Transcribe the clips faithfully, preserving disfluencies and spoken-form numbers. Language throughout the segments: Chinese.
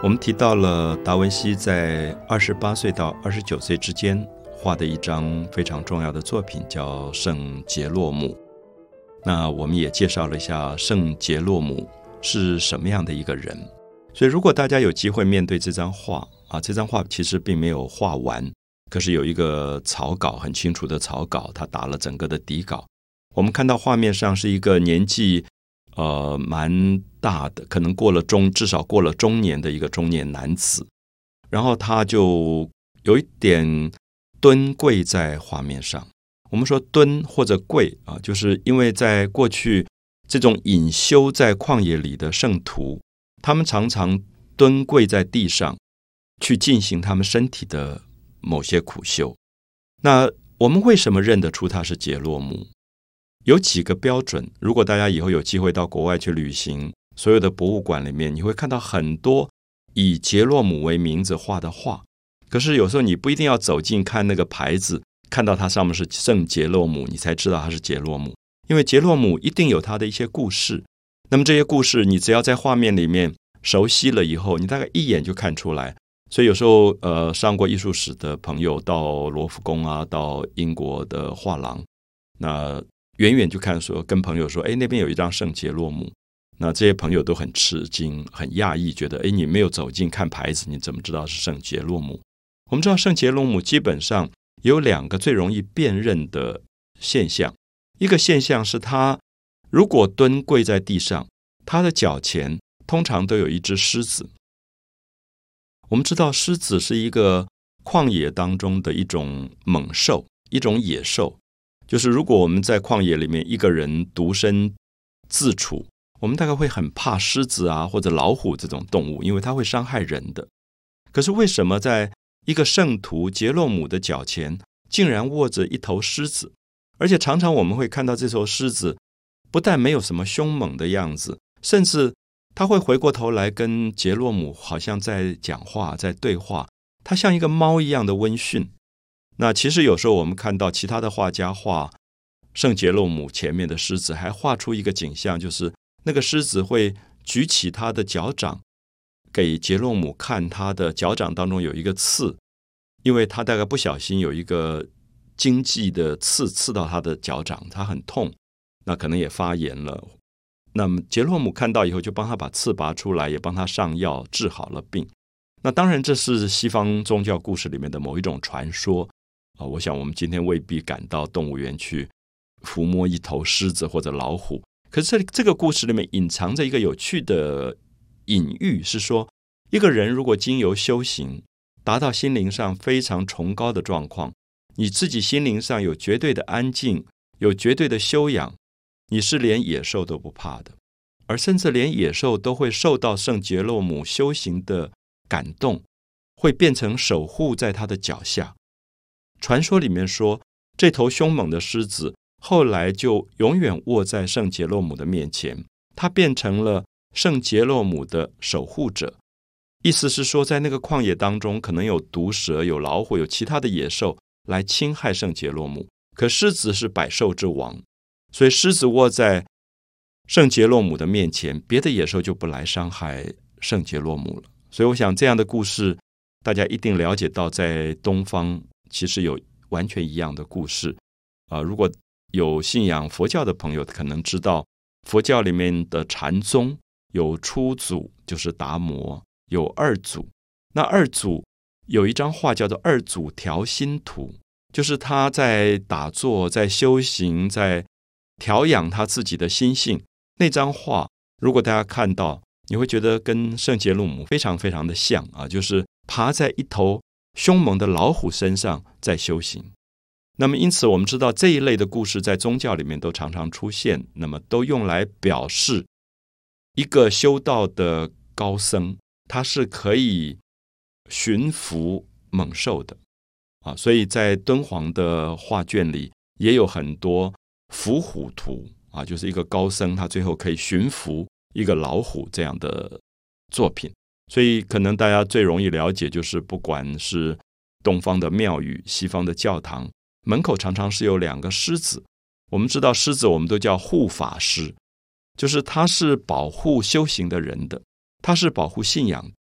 们提到了达文西在二十八岁到二十九岁之间画的一张非常重要的作品，叫圣杰洛姆。那我们也介绍了一下圣杰洛姆是什么样的一个人。所以如果大家有机会面对这张画啊，这张画其实并没有画完，可是有一个草稿，很清楚的草稿，他打了整个的底稿。我们看到画面上是一个年纪呃蛮大的，可能过了中至少过了中年的一个中年男子，然后他就有一点蹲跪在画面上。我们说蹲或者跪啊，就是因为在过去这种隐修在旷野里的圣徒，他们常常蹲跪在地上去进行他们身体的某些苦修。那我们为什么认得出他是杰洛姆？有几个标准。如果大家以后有机会到国外去旅行，所有的博物馆里面你会看到很多以杰洛姆为名字画的画，可是有时候你不一定要走近看那个牌子，看到它上面是圣杰洛姆，你才知道它是杰洛姆，因为杰洛姆一定有他的一些故事。那么这些故事你只要在画面里面熟悉了以后，你大概一眼就看出来。所以有时候呃，上过艺术史的朋友到罗浮宫啊，到英国的画廊，那远远就看说，跟朋友说，哎，那边有一张圣杰洛姆。那这些朋友都很吃惊，很讶异，觉得，哎，你没有走近看牌子，你怎么知道是圣杰洛姆？我们知道圣杰洛姆基本上有两个最容易辨认的现象。一个现象是他如果蹲跪在地上，他的脚前通常都有一只狮子。我们知道狮子是一个旷野当中的一种猛兽，一种野兽。就是如果我们在旷野里面一个人独身自处，我们大概会很怕狮子啊或者老虎这种动物，因为它会伤害人的。可是为什么在一个圣徒杰洛姆的脚前竟然握着一头狮子？而且常常我们会看到这头狮子不但没有什么凶猛的样子，甚至他会回过头来跟杰洛姆好像在讲话，在对话，他像一个猫一样的温驯。那其实有时候我们看到其他的画家画圣杰洛姆前面的狮子，还画出一个景象，就是那个狮子会举起他的脚掌给杰洛姆看，他的脚掌当中有一个刺，因为他大概不小心有一个荆棘的刺刺到他的脚掌，他很痛，那可能也发炎了。那么杰洛姆看到以后就帮他把刺拔出来，也帮他上药治好了病。那当然这是西方宗教故事里面的某一种传说啊，我想我们今天未必赶到动物园去抚摸一头狮子或者老虎。可是这个故事里面隐藏着一个有趣的隐喻，是说一个人如果经由修行达到心灵上非常崇高的状况，你自己心灵上有绝对的安静，有绝对的修养，你是连野兽都不怕的，而甚至连野兽都会受到圣杰洛姆修行的感动，会变成守护在他的脚下。传说里面说，这头凶猛的狮子后来就永远卧在圣杰洛姆的面前，他变成了圣杰洛姆的守护者。意思是说，在那个旷野当中，可能有毒蛇、有老虎、有其他的野兽来侵害圣杰洛姆，可狮子是百兽之王，所以狮子卧在圣杰洛姆的面前，别的野兽就不来伤害圣杰洛姆了。所以我想这样的故事大家一定了解到，在东方其实有完全一样的故事、呃、如果有信仰佛教的朋友可能知道，佛教里面的禅宗有初祖就是达摩，有二祖。那二祖有一张画叫做二祖调心图，就是他在打坐，在修行，在调养他自己的心性。那张画如果大家看到，你会觉得跟圣杰洛姆非常非常的像啊，就是爬在一头凶猛的老虎身上在修行。那么因此我们知道这一类的故事在宗教里面都常常出现，那么都用来表示一个修道的高僧，他是可以驯服猛兽的啊。所以在敦煌的画卷里也有很多伏虎图啊，就是一个高僧他最后可以驯服一个老虎这样的作品。所以可能大家最容易了解，就是不管是东方的庙宇，西方的教堂，门口常常是有两个狮子。我们知道狮子我们都叫护法狮，就是它是保护修行的人的，它是保护信仰。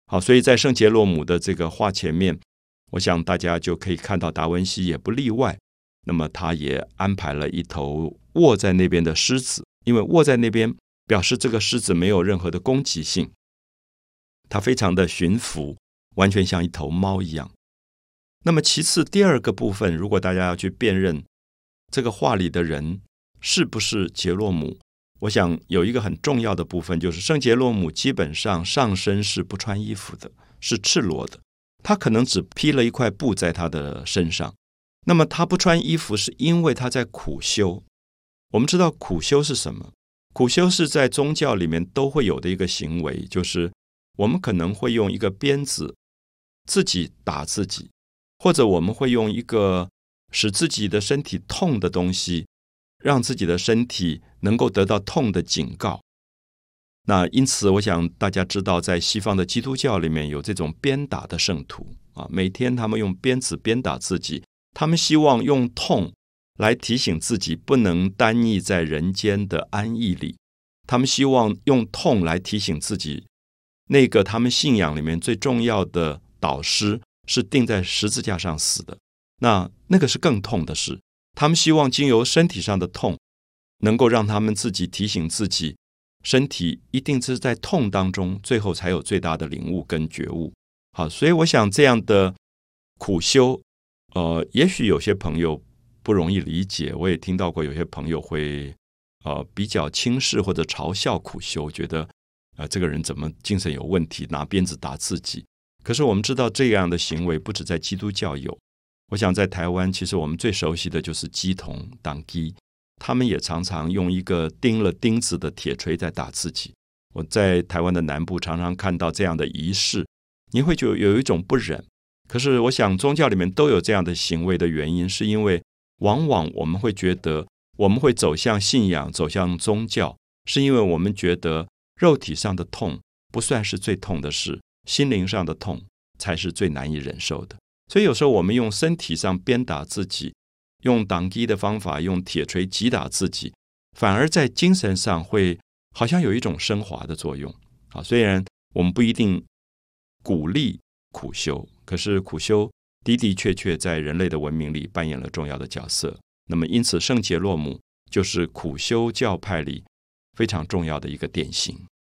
好，所以在圣杰罗姆的这个画前面，我想大家就可以看到达文西也不例外。那么他也安排了一头卧在那边的狮子，因为卧在那边表示这个狮子没有任何的攻击性，它非常的驯服，完全像一头猫一样。那么其次第二个部分，如果大家要去辨认这个画里的人是不是杰洛姆，我想有一个很重要的部分，就是圣杰洛姆基本上上身是不穿衣服的，是赤裸的，他可能只披了一块布在他的身上。那么他不穿衣服是因为他在苦修。我们知道苦修是什么？苦修是在宗教里面都会有的一个行为，就是我们可能会用一个鞭子自己打自己，或者我们会用一个使自己的身体痛的东西，让自己的身体能够得到痛的警告。那因此我想大家知道，在西方的基督教里面有这种鞭打的圣徒啊，每天他们用鞭子鞭打自己，他们希望用痛来提醒自己不能单溺在人间的安逸里，他们希望用痛来提醒自己，那个他们信仰里面最重要的导师是钉在十字架上死的，那那个是更痛的事。他们希望经由身体上的痛，能够让他们自己提醒自己，身体一定是在痛当中，最后才有最大的领悟跟觉悟。好，所以我想这样的苦修，呃，也许有些朋友不容易理解，我也听到过有些朋友会呃比较轻视或者嘲笑苦修，觉得呃这个人怎么精神有问题，拿鞭子打自己。可是我们知道这样的行为不止在基督教有，我想在台湾其实我们最熟悉的就是乩童党乩，他们也常常用一个钉了钉子的铁锤在打自己。我在台湾的南部常常看到这样的仪式，你会觉得有一种不忍。可是我想宗教里面都有这样的行为的原因，是因为往往我们会觉得我们会走向信仰，走向宗教，是因为我们觉得肉体上的痛不算是最痛的事，心灵上的痛才是最难以忍受的。所以有时候我们用身体上鞭打自己，用党乩的方法，用铁锤击打自己，反而在精神上会好像有一种升华的作用。好，虽然我们不一定鼓励苦修，可是苦修的的确确在人类的文明里扮演了重要的角色。那么因此圣杰洛姆就是苦修教派里非常重要的一个典型。